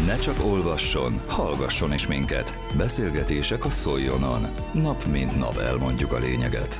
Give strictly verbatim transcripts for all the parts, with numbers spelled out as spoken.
Ne csak olvasson, hallgasson is minket. Beszélgetések a Szoljonon. Nap mint nap elmondjuk a lényeget.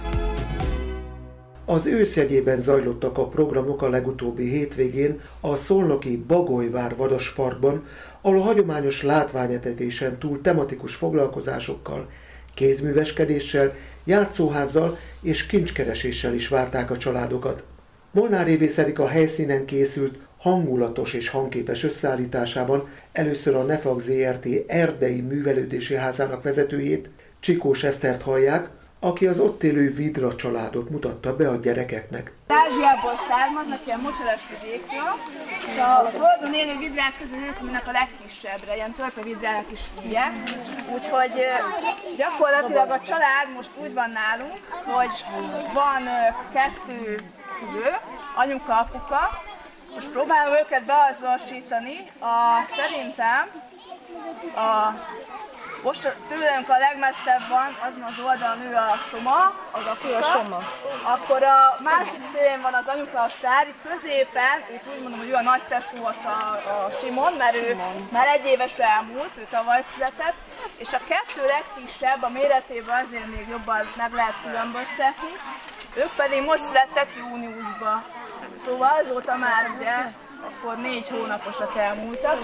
Az ősz jegyében zajlottak a programok a legutóbbi hétvégén a szolnoki Bagolyvár Vadasparkban, ahol a hagyományos látványetetésen túl tematikus foglalkozásokkal, kézműveskedéssel, játszóházzal és kincskereséssel is várták a családokat. Molnár Évész Erika helyszínen készült hangulatos és hangképes összeállításában először a Nefag zé er té erdei művelődési házának vezetőjét, Csikós Esztert hallják, aki az ott élő Vidra családot mutatta be a gyerekeknek. Ázsiából származnak, ilyen mocsaras vidékről, és a földön élő vidrák közül ők mindnek a legkisebbre, ilyen törpevidrának is hívják. Úgyhogy gyakorlatilag a család most úgy van nálunk, hogy van kettő szülő, anyuka, apuka. Most próbálom őket beazonosítani. A, szerintem a most tőlünk a legmesszebb van, azon az oldalon ő a Soma, az apuka. A Soma. Akkor a másik szélén van az anyuka, a Sári, középen, őt úgy mondom, hogy ő a nagytesó, a, a Simon, mert ő már egy éves elmúlt, ő tavaly született, és a kettő legkisebb, a méretében azért még jobban meg lehet különböztetni, ők pedig most születtek júniusban. Szóval azóta már ugye, akkor négy hónaposak elmúltak,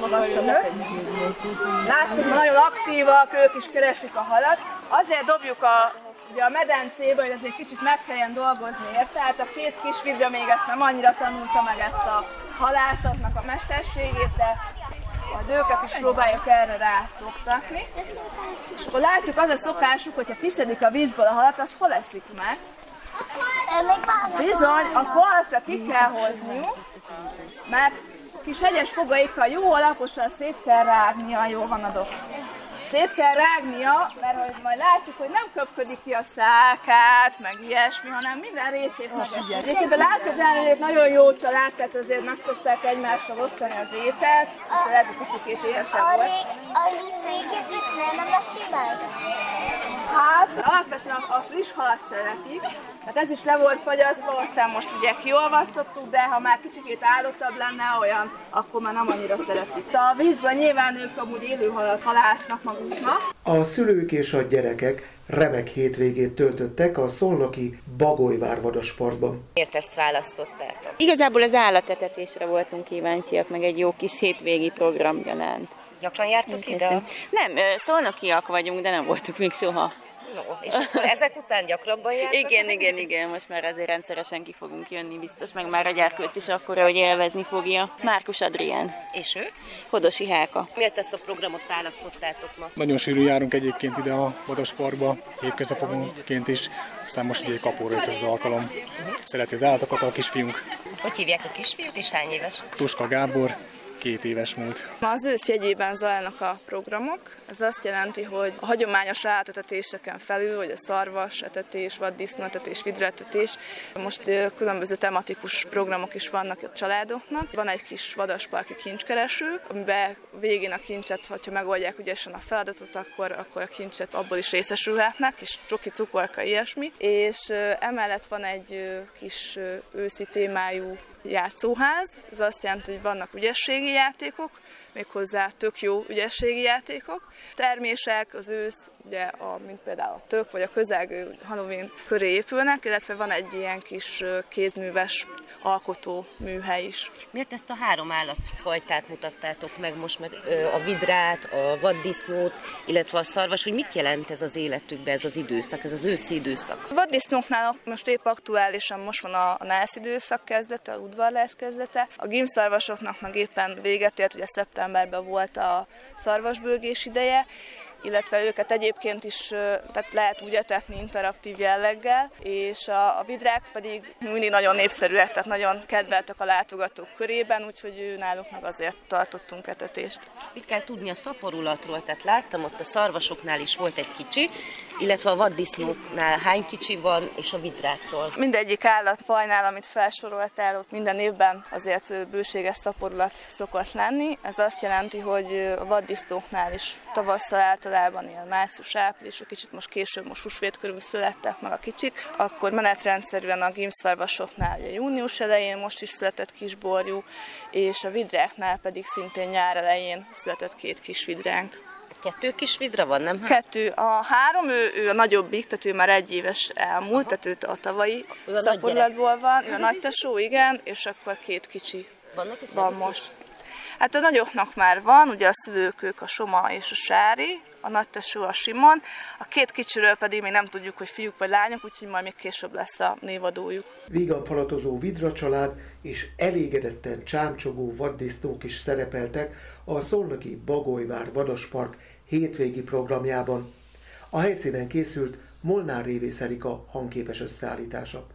látszik, hogy nagyon aktívak, ők is keresik a halat. Azért dobjuk a, ugye a medencébe, hogy azért kicsit meg kelljen dolgozni érte. Tehát a két kis vidra még ezt nem annyira tanulta meg, ezt a halászatnak a mesterségét, de majd őket is próbáljuk erre rászoktatni. És akkor látjuk, az a szokásuk, hogyha kiszedik a vízből a halat, azt hol eszik meg? Bizony, a partra ki kell hozniuk, mert kis hegyes fogaikkal jó alaposan szét kell rágnia a jó hanadok. Szét kell rágnia, mert hogy majd látjuk, hogy nem köpködik ki a szálkát, meg ilyesmi, hanem minden részét megeszi. Egyébként a látszatállét nagyon jó család, tehát azért meg szokták egymással osztani az ételt, és lehet, hogy kicsikét éhesebb volt. A lisztvéget nem a simán? Hát, alapvetően a friss halat szeretik, tehát ez is le volt fagyasztva, aztán most ugye kiolvasztottuk, de ha már kicsikét állottabb lenne olyan, akkor már nem annyira szeretik. A vízben nyilván ők amúgy élő halat halásznak maguknak. A szülők és a gyerekek remek hétvégét töltöttek a szolnoki Bagolyvár Vadasparkban. Miért ezt választottátok? Igazából az állatetetésre voltunk kíváncsiak, meg egy jó kis hétvégi program gyanánt. Gyakran jártok ide? Nem, szolnokiak vagyunk, de nem voltunk még soha. No, és akkor ezek után gyakrabban jártok? Igen, igen, igen, most már azért rendszeresen ki fogunk jönni biztos, meg már a gyerkőc is akkora, hogy élvezni fogja. Márkus Adrián. És ő? Hodosi Háka. Miért ezt a programot választottátok ma? Nagyon sűrűn járunk egyébként ide a Vadasparkba, hétköznaponként is, aztán most ugye kapóra jött ez az alkalom. Szereti az állatokat a kisfiunk. Hogy hívják a kisfiút, és hány éves? Tuska Gábor. Két éves múlt. Az ősz jegyében zajlanak a programok. Ez azt jelenti, hogy a hagyományos állatetetéseken felül, hogy a szarvas etetés, vaddisznóetetés, vidraetetés, most különböző tematikus programok is vannak a családoknak. Van egy kis vadasparki kincskereső, amiben végén a kincset, hogyha megoldják ügyesen a feladatot, akkor, akkor a kincset abból is részesülhetnek, és csoki, cukorka, ilyesmi. És emellett van egy kis őszi témájú játszóház, ez azt jelenti, hogy vannak ügyességi játékok, méghozzá tök jó ügyességi játékok. Termések az ősz, ugye, a, mint például a tök, vagy a közelgő Halloween köré épülnek, illetve van egy ilyen kis kézműves alkotó műhely is. Miért ezt a három állatfajtát mutattátok meg most, meg a vidrát, a vaddisznót, illetve a szarvas, hogy mit jelent ez az életükben, ez az időszak, ez az őszi időszak? A vaddisznóknál most épp aktuálisan most van a, a nász időszak kezdete, a udvarlás kezdete. A gímszarvasoknak meg éppen véget ért, ugye szeptemberben volt a szarvasbőgés ideje, illetve őket egyébként is tehát lehet úgy etetni interaktív jelleggel, és a, a vidrák pedig mindig nagyon népszerűek, tehát nagyon kedveltek a látogatók körében, úgyhogy náluk meg azért tartottunk etetést. Mit kell tudni a szaporulatról? Tehát láttam, ott a szarvasoknál is volt egy kicsi, illetve a vaddisznóknál hány kicsi van, és a vidráktól. Mindegyik állatfajnál, amit felsoroltál, ott minden évben azért bőséges szaporulat szokott lenni. Ez azt jelenti, hogy a vaddisznóknál is tavasszal általában iskolában él március-április, kicsit most később, most húsvét körül születtek meg a kicsik, akkor menetrendszerűen a gimszarvasoknál ugye június elején most is született kisborjú, és a vidráknál pedig szintén nyár elején született két kis vidránk. Kettő kis vidra van, nem? Kettő. A három, ő, ő a nagyobbik, tehát ő már egy éves elmúlt, Aha. tehát őt a tavalyi szaporulatból van. Ő a nagytesó, igen, és akkor két kicsi Vannak van most. Is? Hát a nagyoknak már van, ugye a szülők ők a Soma és a Sári, a nagytesó a Simon, a két kicsiről pedig még nem tudjuk, hogy fiúk vagy lányok, úgyhogy majd még később lesz a névadójuk. Vígan falatozó vidra család és elégedetten csámcsogó vaddisznók is szerepeltek a szolnoki Bagolyvár Vadaspark hétvégi programjában. A helyszínen készült Molnár Révész Erika hangképes összeállítása.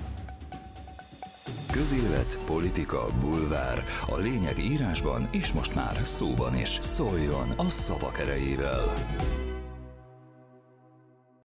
Közélet, politika, bulvár, a lényeg írásban és most már szóban is. Szóljon a szavak erejével!